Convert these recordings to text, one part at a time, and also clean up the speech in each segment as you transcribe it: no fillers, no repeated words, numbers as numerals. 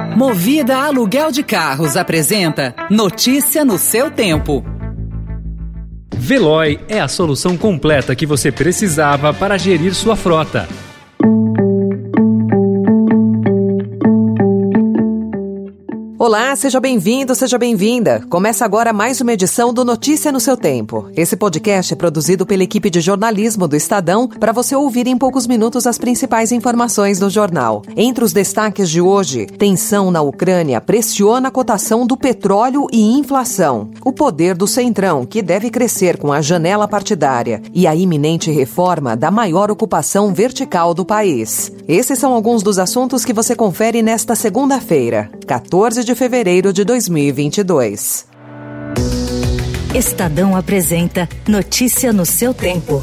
Movida Aluguel de Carros apresenta Notícia no seu tempo. Veloy é a solução completa que você precisava para gerir sua frota. Olá, seja bem-vindo, seja bem-vinda. Começa agora mais uma edição do Notícia no seu Tempo. Esse podcast é produzido pela equipe de jornalismo do Estadão para você ouvir em poucos minutos as principais informações do jornal. Entre os destaques de hoje, tensão na Ucrânia pressiona a cotação do petróleo e inflação. O poder do Centrão, que deve crescer com a janela partidária, e a iminente reforma da maior ocupação vertical do país. Esses são alguns dos assuntos que você confere nesta segunda-feira, 14 de fevereiro de 2022. Estadão apresenta Notícia no seu tempo.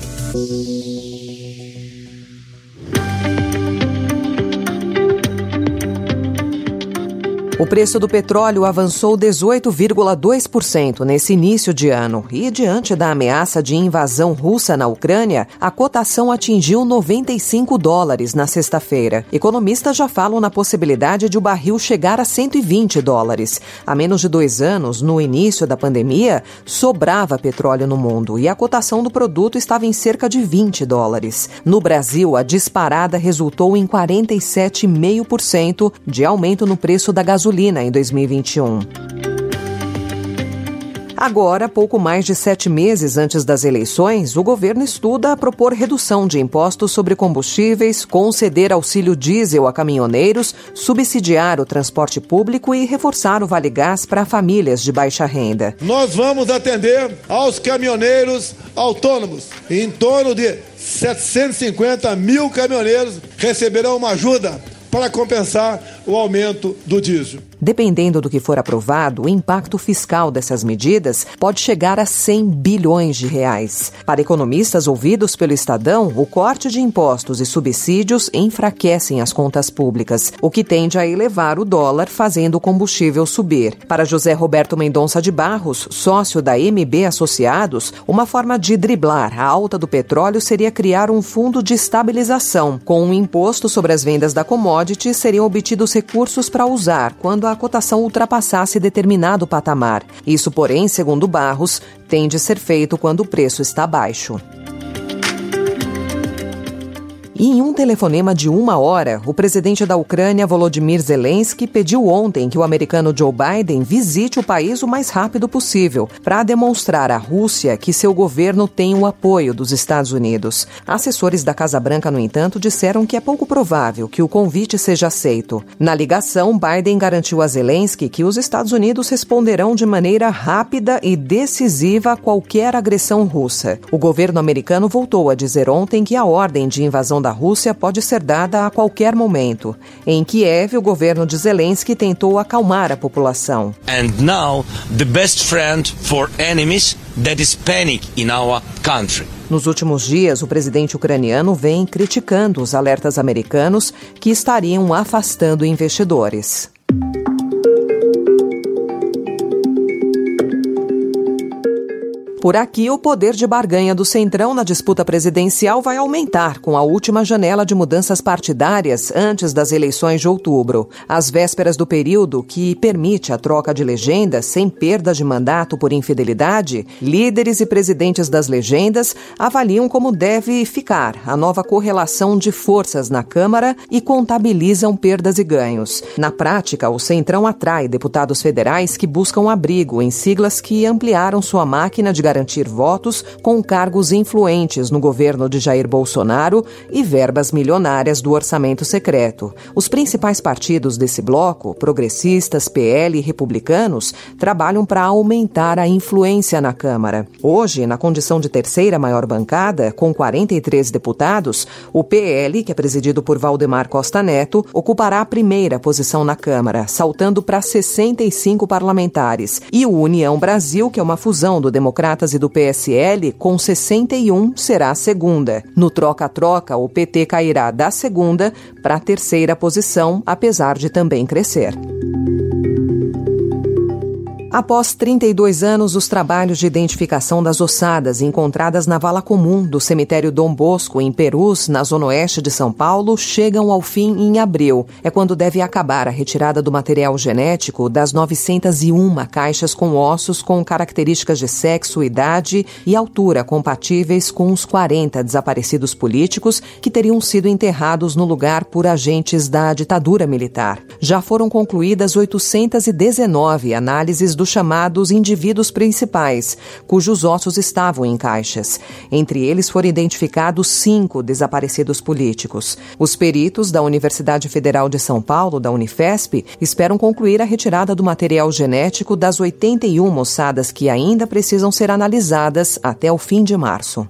O preço do petróleo avançou 18,2% nesse início de ano e, diante da ameaça de invasão russa na Ucrânia, a cotação atingiu $95 na sexta-feira. Economistas já falam na possibilidade de o barril chegar a $120. Há menos de 2 anos, no início da pandemia, sobrava petróleo no mundo e a cotação do produto estava em cerca de $20. No Brasil, a disparada resultou em 47,5% de aumento no preço da gasolina em 2021. Agora, pouco mais de 7 meses antes das eleições, o governo estuda propor redução de impostos sobre combustíveis, conceder auxílio diesel a caminhoneiros, subsidiar o transporte público e reforçar o Vale Gás para famílias de baixa renda. Nós vamos atender aos caminhoneiros autônomos. Em torno de 750 mil caminhoneiros receberão uma ajuda para compensar o aumento do diesel. Dependendo do que for aprovado, o impacto fiscal dessas medidas pode chegar a 100 bilhões de reais. Para economistas ouvidos pelo Estadão, o corte de impostos e subsídios enfraquecem as contas públicas, o que tende a elevar o dólar, fazendo o combustível subir. Para José Roberto Mendonça de Barros, sócio da MB Associados, uma forma de driblar a alta do petróleo seria criar um fundo de estabilização. Com um imposto sobre as vendas da commodity, seriam obtidos recursos para usar quando a cotação ultrapassasse determinado patamar. Isso, porém, segundo Barros, tem de ser feito quando o preço está baixo. E em um telefonema de 1 hora, o presidente da Ucrânia, Volodymyr Zelensky, pediu ontem que o americano Joe Biden visite o país o mais rápido possível, para demonstrar à Rússia que seu governo tem o apoio dos Estados Unidos. Assessores da Casa Branca, no entanto, disseram que é pouco provável que o convite seja aceito. Na ligação, Biden garantiu a Zelensky que os Estados Unidos responderão de maneira rápida e decisiva a qualquer agressão russa. O governo americano voltou a dizer ontem que a ordem de invasão da Rússia pode ser dada a qualquer momento. Em Kiev, o governo de Zelensky tentou acalmar a população. And now the best friend for enemies, that is panic in our country. Nos últimos dias, o presidente ucraniano vem criticando os alertas americanos que estariam afastando investidores. Por aqui, o poder de barganha do Centrão na disputa presidencial vai aumentar com a última janela de mudanças partidárias antes das eleições de outubro. Às vésperas do período que permite a troca de legendas sem perda de mandato por infidelidade, líderes e presidentes das legendas avaliam como deve ficar a nova correlação de forças na Câmara e contabilizam perdas e ganhos. Na prática, o Centrão atrai deputados federais que buscam abrigo em siglas que ampliaram sua máquina de garantir votos com cargos influentes no governo de Jair Bolsonaro e verbas milionárias do orçamento secreto. Os principais partidos desse bloco, progressistas, PL e republicanos, trabalham para aumentar a influência na Câmara. Hoje, na condição de terceira maior bancada, com 43 deputados, o PL, que é presidido por Valdemar Costa Neto, ocupará a primeira posição na Câmara, saltando para 65 parlamentares. E o União Brasil, que é uma fusão do Democratas e do PSL, com 61, será a segunda. No troca-troca, o PT cairá da segunda para a terceira posição, apesar de também crescer. Após 32 anos, os trabalhos de identificação das ossadas encontradas na vala comum do cemitério Dom Bosco, em Perus, na zona oeste de São Paulo, chegam ao fim em abril. É quando deve acabar a retirada do material genético das 901 caixas com ossos com características de sexo, idade e altura compatíveis com os 40 desaparecidos políticos que teriam sido enterrados no lugar por agentes da ditadura militar. Já foram concluídas 819 análises dos chamados indivíduos principais, cujos ossos estavam em caixas. Entre eles foram identificados 5 desaparecidos políticos. Os peritos da Universidade Federal de São Paulo, da Unifesp, esperam concluir a retirada do material genético das 81 ossadas que ainda precisam ser analisadas até o fim de março.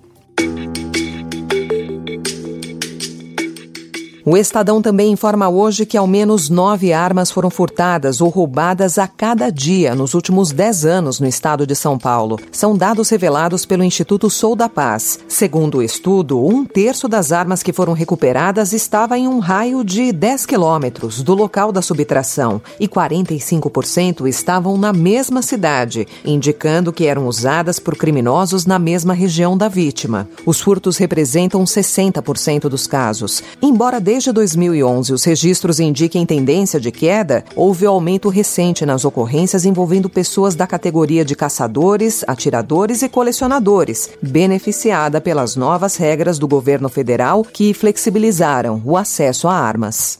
O Estadão também informa hoje que ao menos 9 armas foram furtadas ou roubadas a cada dia nos últimos 10 anos no estado de São Paulo. São dados revelados pelo Instituto Sou da Paz. Segundo o estudo, 1/3 das armas que foram recuperadas estava em um raio de 10 quilômetros do local da subtração e 45% estavam na mesma cidade, indicando que eram usadas por criminosos na mesma região da vítima. Os furtos representam 60% dos casos. Embora desde 2011 os registros indiquem tendência de queda, houve aumento recente nas ocorrências envolvendo pessoas da categoria de caçadores, atiradores e colecionadores, beneficiada pelas novas regras do governo federal que flexibilizaram o acesso a armas.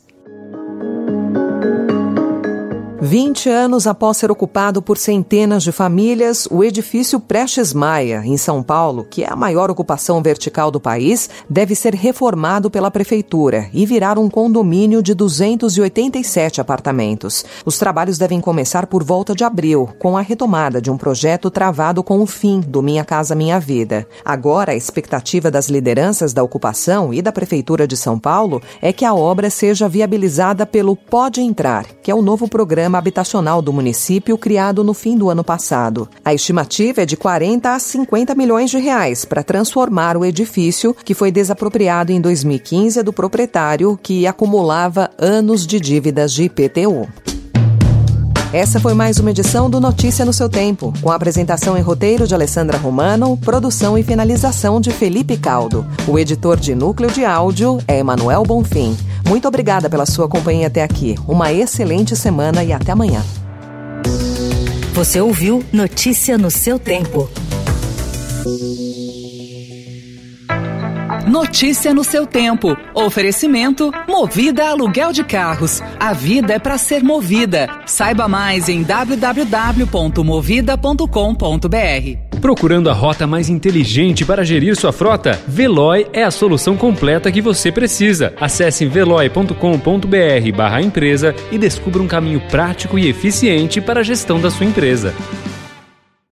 20 anos após ser ocupado por centenas de famílias, o edifício Prestes Maia, em São Paulo, que é a maior ocupação vertical do país, deve ser reformado pela prefeitura e virar um condomínio de 287 apartamentos. Os trabalhos devem começar por volta de abril, com a retomada de um projeto travado com o fim do Minha Casa Minha Vida. Agora, a expectativa das lideranças da ocupação e da Prefeitura de São Paulo é que a obra seja viabilizada pelo Pode Entrar, que é o novo programa habitacional do município criado no fim do ano passado. A estimativa é de 40 a 50 milhões de reais para transformar o edifício, que foi desapropriado em 2015 do proprietário, que acumulava anos de dívidas de IPTU. Essa foi mais uma edição do Notícia no seu Tempo, com a apresentação e roteiro de Alessandra Romano, produção e finalização de Felipe Caldo. O editor de núcleo de áudio é Emanuel Bonfim. Muito obrigada pela sua companhia até aqui. Uma excelente semana e até amanhã. Você ouviu Notícia no seu Tempo. Notícia no seu tempo. Oferecimento Movida Aluguel de Carros. A vida é para ser movida. Saiba mais em www.movida.com.br. Procurando a rota mais inteligente para gerir sua frota? Veloy é a solução completa que você precisa. Acesse veloy.com.br/empresa e descubra um caminho prático e eficiente para a gestão da sua empresa.